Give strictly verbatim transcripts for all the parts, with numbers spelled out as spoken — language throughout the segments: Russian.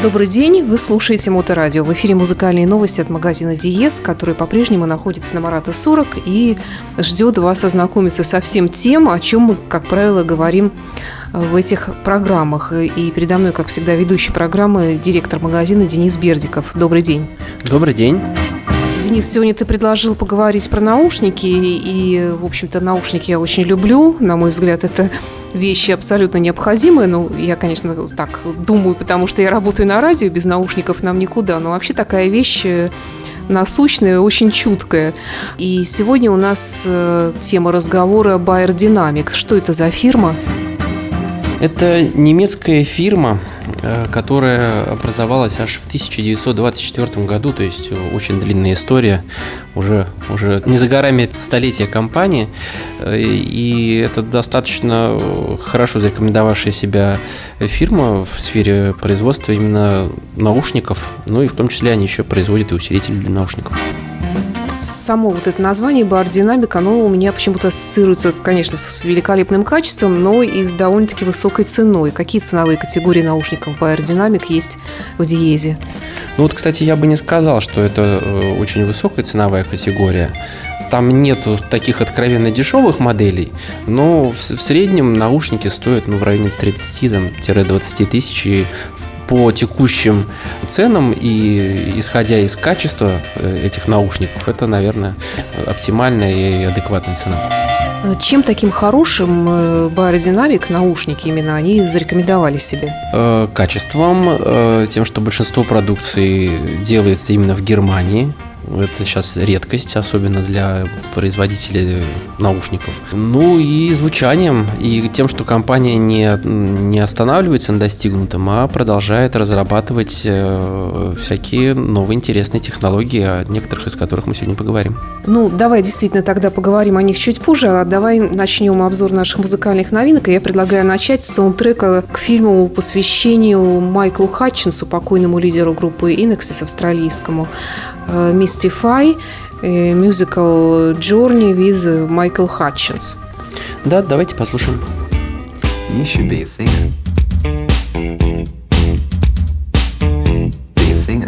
Добрый день, вы слушаете Моторадио. В эфире музыкальные новости от магазина Диез, который по-прежнему находится на Марата сорок и ждет вас ознакомиться со всем тем, о чем мы, как правило, говорим в этих программах. И передо мной, как всегда, ведущий программы, директор магазина Денис Бердиков. Добрый день. Добрый день. Денис, сегодня ты предложил поговорить про наушники, и, в общем-то, наушники я очень люблю. На мой взгляд, это вещи абсолютно необходимые. Ну, я, конечно, так думаю, потому что я работаю на радио, без наушников нам никуда. Но вообще такая вещь насущная, очень чуткая. И сегодня у нас тема разговора Bayer Dynamic. Что это за фирма? Это немецкая фирма, которая образовалась аж в тысяча девятьсот двадцать четвёртом году, то есть очень длинная история, уже, уже не за горами столетия компании, и это достаточно хорошо зарекомендовавшая себя фирма в сфере производства именно наушников, ну и в том числе они еще производят и усилители для наушников. Само вот это название Bayer Dynamic, оно у меня почему-то ассоциируется, конечно, с великолепным качеством, но и с довольно-таки высокой ценой. Какие ценовые категории наушников Bayer Dynamic есть в Диезе? Ну вот, кстати, я бы не сказал, что это очень высокая ценовая категория. Там нет таких откровенно дешевых моделей, но в, в среднем наушники стоят ну, в районе тридцати-двадцати тысяч, и по текущим ценам и исходя из качества этих наушников, это, наверное, оптимальная и адекватная цена. Чем таким хорошим Bayer Dynamic наушники именно они зарекомендовали себе? Качеством, тем, что большинство продукции делается именно в Германии. Это сейчас редкость, особенно для производителей наушников. Ну и звучанием, и тем, что компания не, не останавливается на достигнутом, а продолжает разрабатывать э, всякие новые интересные технологии, о некоторых из которых мы сегодня поговорим. Ну, давай действительно тогда поговорим о них чуть позже, а давай начнем обзор наших музыкальных новинок. И я предлагаю начать с саундтрека к фильму, посвящению Майклу Хатчинсу, покойному лидеру группы Inexus австралийскому. Mystify, musical journey with Michael Hutchins. Да, давайте послушаем. You should be a singer. Be a singer.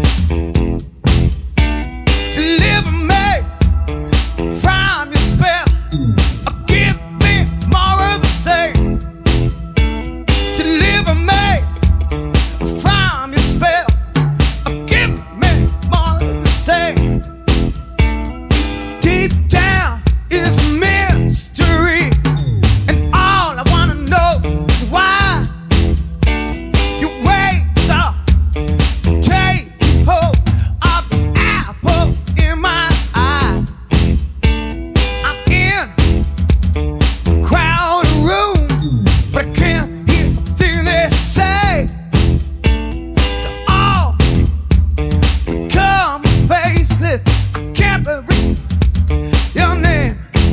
Deliver me from your spell. Give me more of the same. Deliver me from your spell. Give me more of the same. Deep down is a mystery, and all I wanna know is why your ways are take hold of the apple in my eye. I'm in a crowded room, but I can't hear a thing they say. They're all become faceless. I can't believe your name.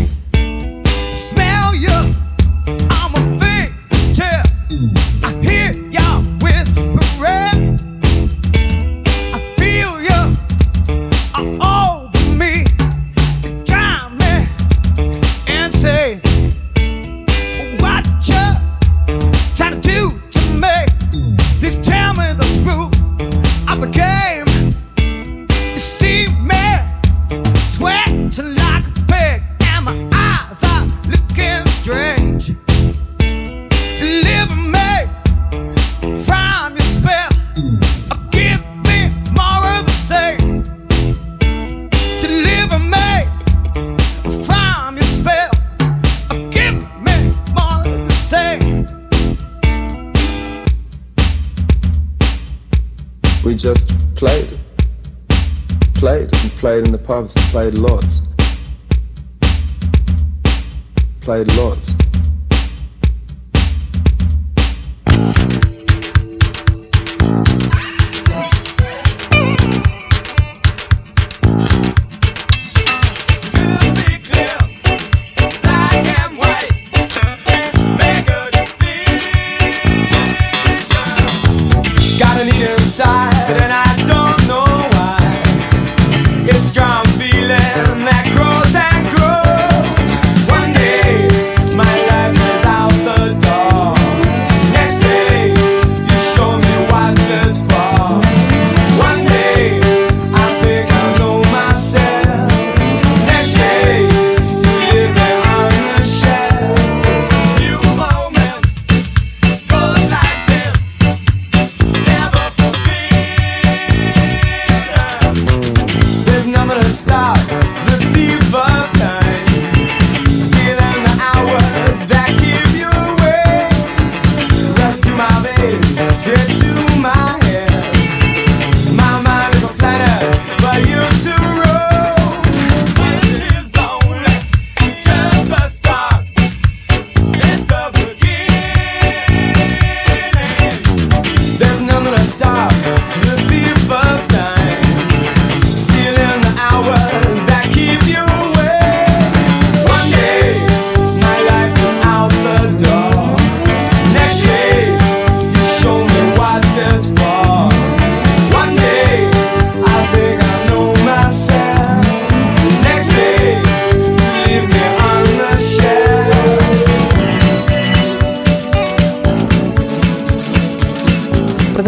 Smell you on my fingertips. I hear y'all whispering. I feel you all over me. You drive me insane. What you trying to do to me? Please tell me the rules of the game. You see me sweating like a pig, and my eyes are looking strange. Deliver me from your spell, or give me more of the same. Deliver me from your spell, or give me more of the same. We just played, played and played in the pubs, played lots, played lots. Got an ear inside and I don't know why. It's strong feeling that grows and grows. One day my life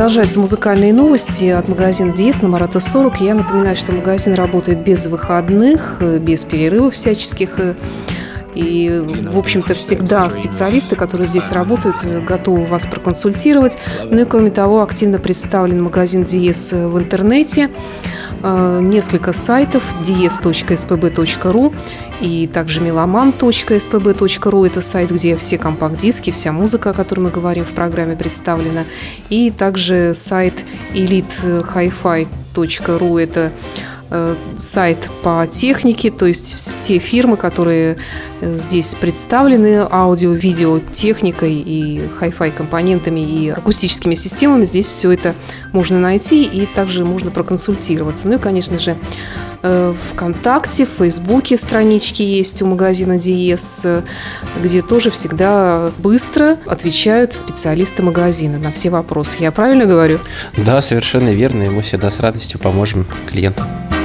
Продолжаются музыкальные новости от магазина Диез на Марата сорок. Я напоминаю, что магазин работает без выходных, без перерывов всяческих. И, в общем-то, всегда специалисты, которые здесь работают, готовы вас проконсультировать. Ну и, кроме того, активно представлен магазин Диез в интернете. Несколько сайтов: диез точка эс пэ бэ точка ру и также меломан точка эс пэ бэ точка ру. Это сайт, где все компакт-диски, вся музыка, о которой мы говорим в программе, представлена. И также сайт элит хай фай точка ру. Это сайт по технике, то есть все фирмы, которые здесь представлены аудио, видео, техникой и хай-фай компонентами и акустическими системами, здесь все это можно найти и также можно проконсультироваться. Ну и, конечно же, ВКонтакте, в Фейсбуке странички есть у магазина Диез, где тоже всегда быстро отвечают специалисты магазина на все вопросы. Я правильно говорю? Да, совершенно верно, и мы всегда с радостью поможем клиентам.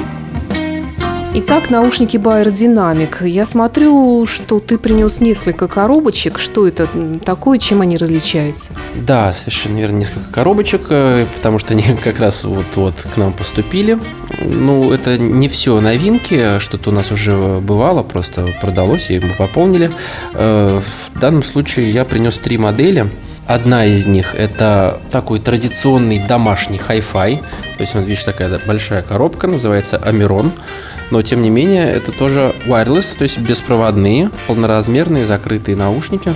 Итак, наушники Bayer Dynamic. Я смотрю, что ты принес несколько коробочек. Что это такое, чем они различаются? Да, совершенно верно, несколько коробочек, потому что они как раз вот-вот к нам поступили. Ну, это не все новинки, что-то у нас уже бывало, просто продалось, и мы пополнили. В данном случае я принес три модели. Одна из них – это такой традиционный домашний хай-фай. То есть, вот видишь, такая большая коробка, называется Amiron. Но, тем не менее, это тоже wireless, то есть беспроводные, полноразмерные, закрытые наушники.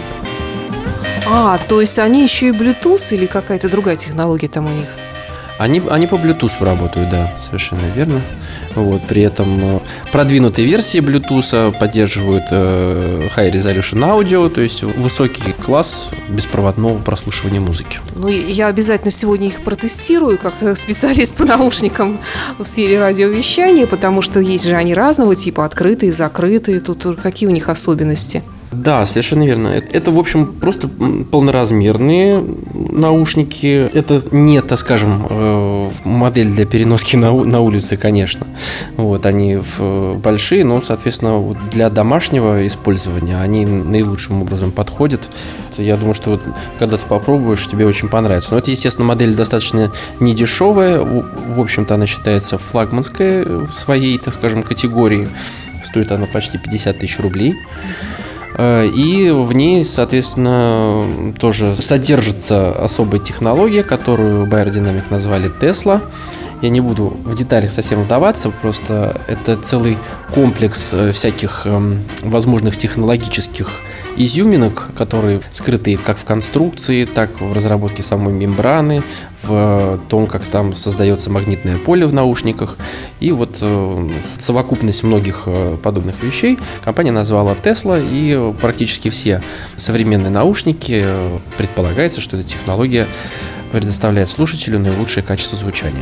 А, то есть они еще и Bluetooth или какая-то другая технология там у них? Они, они по Bluetooth работают, да, совершенно верно. Вот, при этом продвинутые версии Bluetooth поддерживают э, High Resolution Audio, то есть высокий класс беспроводного прослушивания музыки. Ну, я обязательно сегодня их протестирую, как специалист по наушникам в сфере радиовещания, потому что есть же они разного типа, открытые, закрытые. Тут какие у них особенности? Да, совершенно верно. Это, в общем, просто полноразмерные наушники. Это не, так скажем, модель для переноски на, на улице, конечно. Вот, они большие, но, соответственно, для домашнего использования они наилучшим образом подходят. Я думаю, что вот, когда ты попробуешь, тебе очень понравится. Но это, естественно, модель достаточно недешевая. В общем-то, она считается флагманской в своей, так скажем, категории. Стоит она почти пятьдесят тысяч рублей. И в ней, соответственно, тоже содержится особая технология, которую Bayer Dynamic назвали Tesla. Я не буду в деталях совсем вдаваться, просто это целый комплекс всяких возможных технологических изюминок, которые скрыты как в конструкции, так в разработке самой мембраны, в том, как там создается магнитное поле в наушниках. И вот совокупность многих подобных вещей компания назвала Tesla, и практически все современные наушники предполагается, что эта технология предоставляет слушателю наилучшее качество звучания.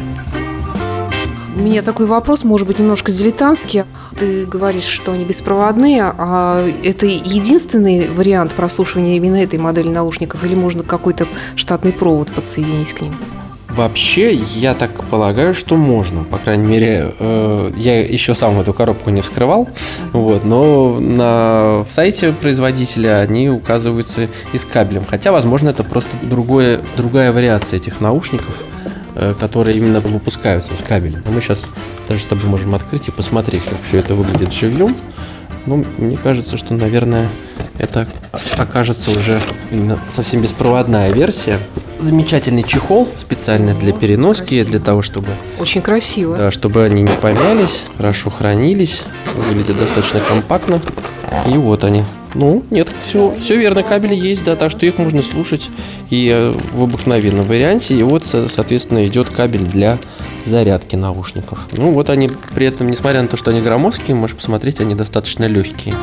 У меня такой вопрос, может быть, немножко дилетантский. Ты говоришь, что они беспроводные, а это единственный вариант прослушивания именно этой модели наушников, или можно какой-то штатный провод подсоединить к ним? Вообще, я так полагаю, что можно. По крайней мере, э, я еще сам эту коробку не вскрывал, вот, но на в сайте производителя они указываются и с кабелем. Хотя, возможно, это просто другое, другая вариация этих наушников, э, которые именно выпускаются с кабелем. Но мы сейчас даже с тобой можем открыть и посмотреть, как все это выглядит живьем. Ну, мне кажется, что, наверное, это окажется уже именно совсем беспроводная версия. Замечательный чехол специально для переноски, для того, чтобы... Очень красиво. Да, чтобы они не помялись, хорошо хранились, выглядят достаточно компактно. И вот они. Ну, нет, все, все верно, кабели есть, да, так что их можно слушать и в обыкновенном варианте. И вот, соответственно, идет кабель для зарядки наушников. Ну, вот они, при этом, несмотря на то, что они громоздкие, можешь посмотреть, они достаточно легкие.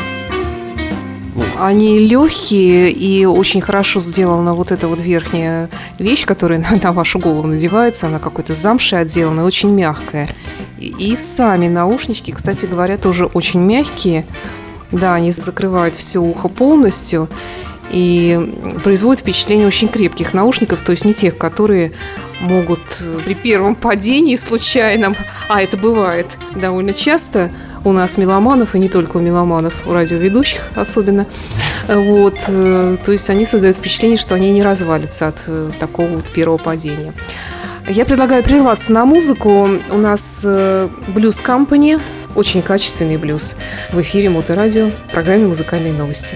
Они легкие, и очень хорошо сделана вот эта вот верхняя вещь, которая на, на вашу голову надевается. Она какой-то замшей отделана, очень мягкая. И, и сами наушнички, кстати говоря, тоже очень мягкие. Да, они закрывают все ухо полностью и производят впечатление очень крепких наушников, то есть не тех, которые могут при первом падении случайном, а это бывает довольно часто, у нас меломанов, и не только у меломанов, у радиоведущих особенно. Вот, то есть они создают впечатление, что они не развалятся от такого вот первого падения. Я предлагаю прерваться на музыку. У нас Blues Company, очень качественный блюз. В эфире Моторадио, в программе «Музыкальные новости».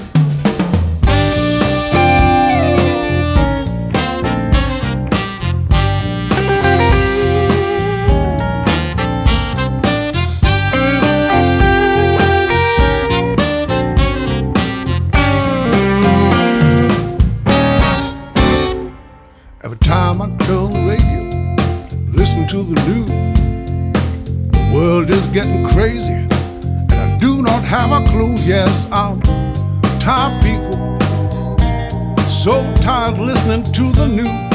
Every time I turn the radio, listen to the news, the world is getting crazy, and I do not have a clue. Yes, I'm tired, people, so tired listening to the news,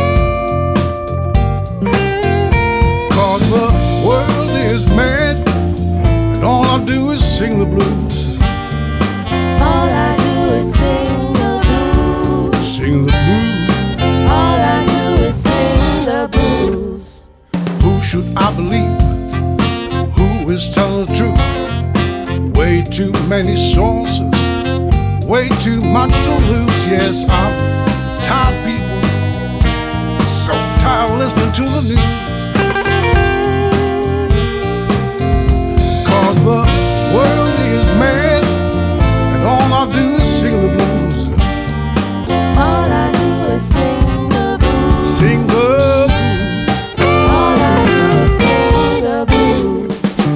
'cause the world is mad, and all I do is sing the blues. All I do is sing the blues. Sing the blues. All I do is sing the blues. Who should I believe? Who is telling the truth? Way too many sources, way too much to lose. Yes, I'm tired, people, so tired listening to the news, 'cause the world is mad, and all I do is sing the blues. All I do is sing the blues. Sing the blues. All I do is sing the blues.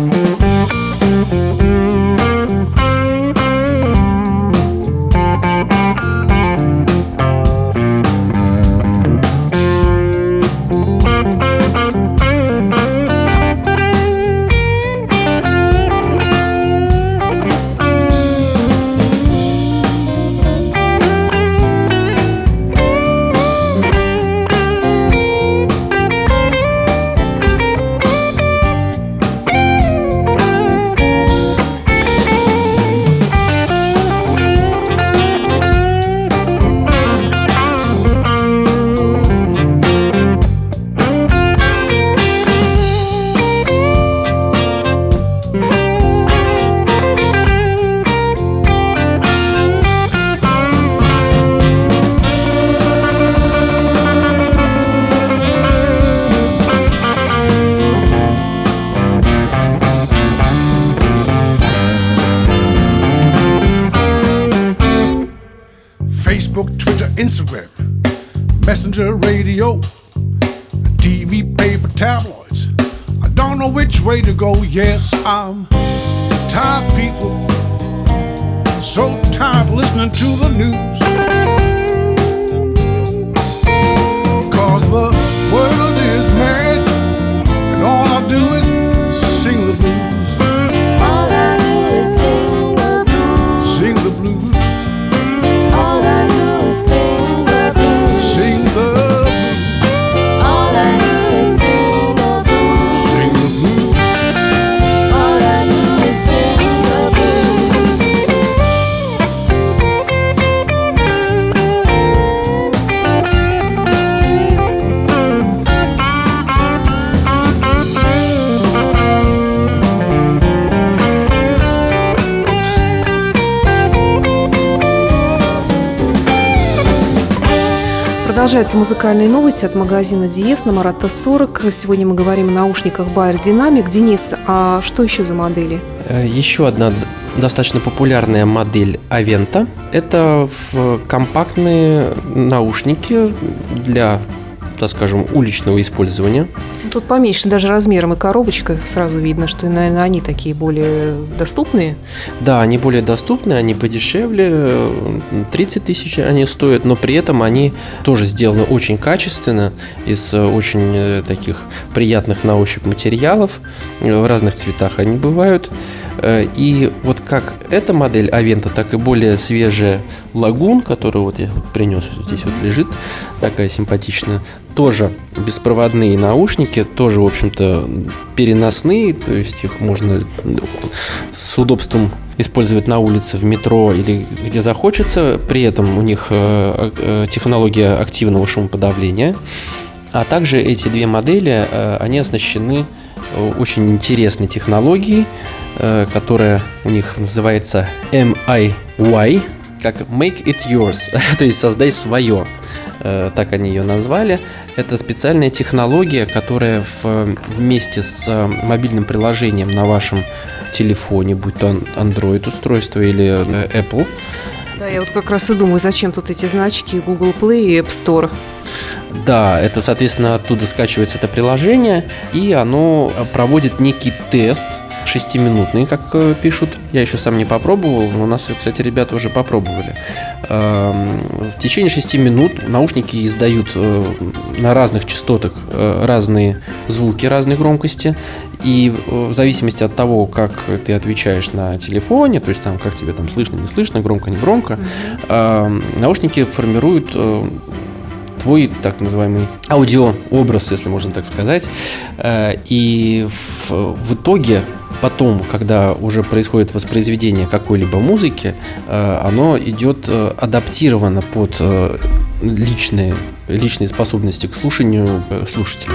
Facebook, Twitter, Instagram, Messenger, radio, T V, paper, tabloids. I don't know which way to go. Yes, I'm tired, people, so tired listening to the news, 'cause the world is mad, and all I do is sing the blues. All I do is sing the blues. Sing the blues. All I do is sing the blues. Sing the blues. All I do is sing the blues. Sing the blues. All I do is sing the blues. Продолжаются музыкальные новости от магазина Диез на Марата сорок. Сегодня мы говорим о наушниках Bayer Dynamic. Денис, а что еще за модели? Еще одна достаточно популярная модель Aventa. Это в компактные наушники для, так скажем, уличного использования. Тут поменьше даже размером и коробочка. Сразу видно, что, наверное, они такие более доступные. Да, они более доступны, они подешевле, тридцать тысяч они стоят, но при этом они тоже сделаны очень качественно, из очень таких приятных на ощупь материалов, в разных цветах они бывают. И вот как эта модель Aventa, так и более свежая Lagoon, которую вот я принес, здесь вот лежит, такая симпатичная, тоже беспроводные наушники, тоже, в общем-то, переносные, то есть их можно с удобством использовать на улице, в метро или где захочется. При этом у них технология активного шумоподавления. А также эти две модели, они оснащены очень интересной технологией, которая у них называется эм ай уай, как Make It Yours, то есть создай свое. Так они ее назвали. Это специальная технология, которая в, вместе с мобильным приложением на вашем телефоне, будь то Android устройство или Apple. Да, я вот как раз и думаю, зачем тут эти значки Google Play и App Store. Да, это, соответственно, оттуда скачивается это приложение, и оно проводит некий тест, шестиминутный, как пишут. Я еще сам не попробовал, но у нас, кстати, ребята уже попробовали. В течение шести минут наушники издают на разных частотах разные звуки разной громкости, и в зависимости от того, как ты отвечаешь на телефоне, то есть там, как тебе там слышно, не слышно, громко, не громко, наушники формируют твой так называемый аудиообраз, если можно так сказать. И в, в итоге потом, когда уже происходит воспроизведение какой-либо музыки, оно идет адаптировано под личные, личные способности к слушанию слушателя.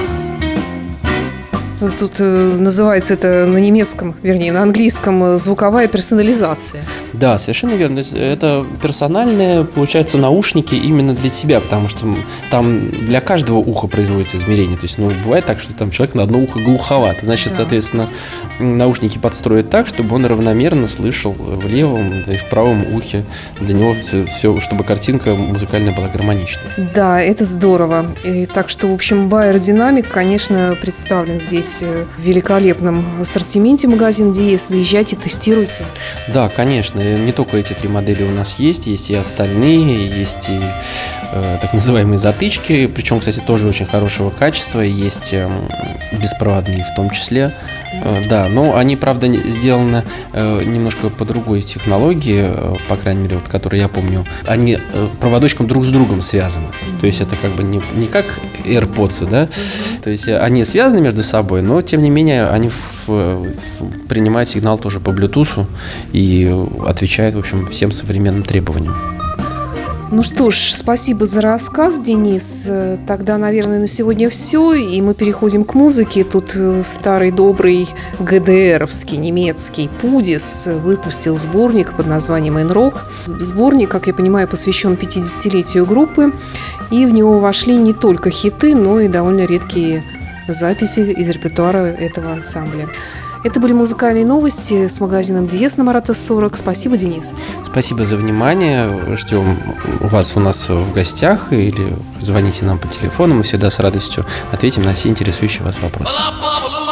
Тут э, называется это на немецком, вернее, на английском звуковая персонализация. Да, совершенно верно. Это персональные, получается, наушники именно для тебя, потому что там для каждого уха производится измерение. То есть, ну, бывает так, что там человек на одно ухо глуховат. Значит, да. Соответственно, наушники подстроят так, чтобы он равномерно слышал в левом и в правом ухе. Для него все, все, чтобы картинка музыкальная была гармоничной. Да, это здорово. И, так что, в общем, Bayer Dynamic, конечно, представлен здесь в великолепном ассортименте магазина Диез. Заезжайте, тестируйте. Да, конечно. Не только эти три модели у нас есть, есть и остальные, есть и э, так называемые затычки, причем, кстати, тоже очень хорошего качества, есть э, беспроводные в том числе. Э, да, но они, правда, сделаны э, немножко по другой технологии, э, по крайней мере, вот, которую я помню. Они э, проводочком друг с другом связаны. То есть это как бы не, не как AirPods, да? То есть они связаны между собой, но тем не менее они в, в, принимают сигнал тоже по Bluetooth и отвечают, в общем, всем современным требованиям. Ну что ж, спасибо за рассказ, Денис. Тогда, наверное, на сегодня все, и мы переходим к музыке. Тут старый добрый ГДРовский немецкий Пудис выпустил сборник под названием «Н-Рок». Сборник, как я понимаю, посвящен пятидесятилетию группы, и в него вошли не только хиты, но и довольно редкие записи из репертуара этого ансамбля. Это были музыкальные новости с магазином Диез на Марата сорок. Спасибо, Денис. Спасибо за внимание. Ждем вас у нас в гостях или звоните нам по телефону. Мы всегда с радостью ответим на все интересующие вас вопросы.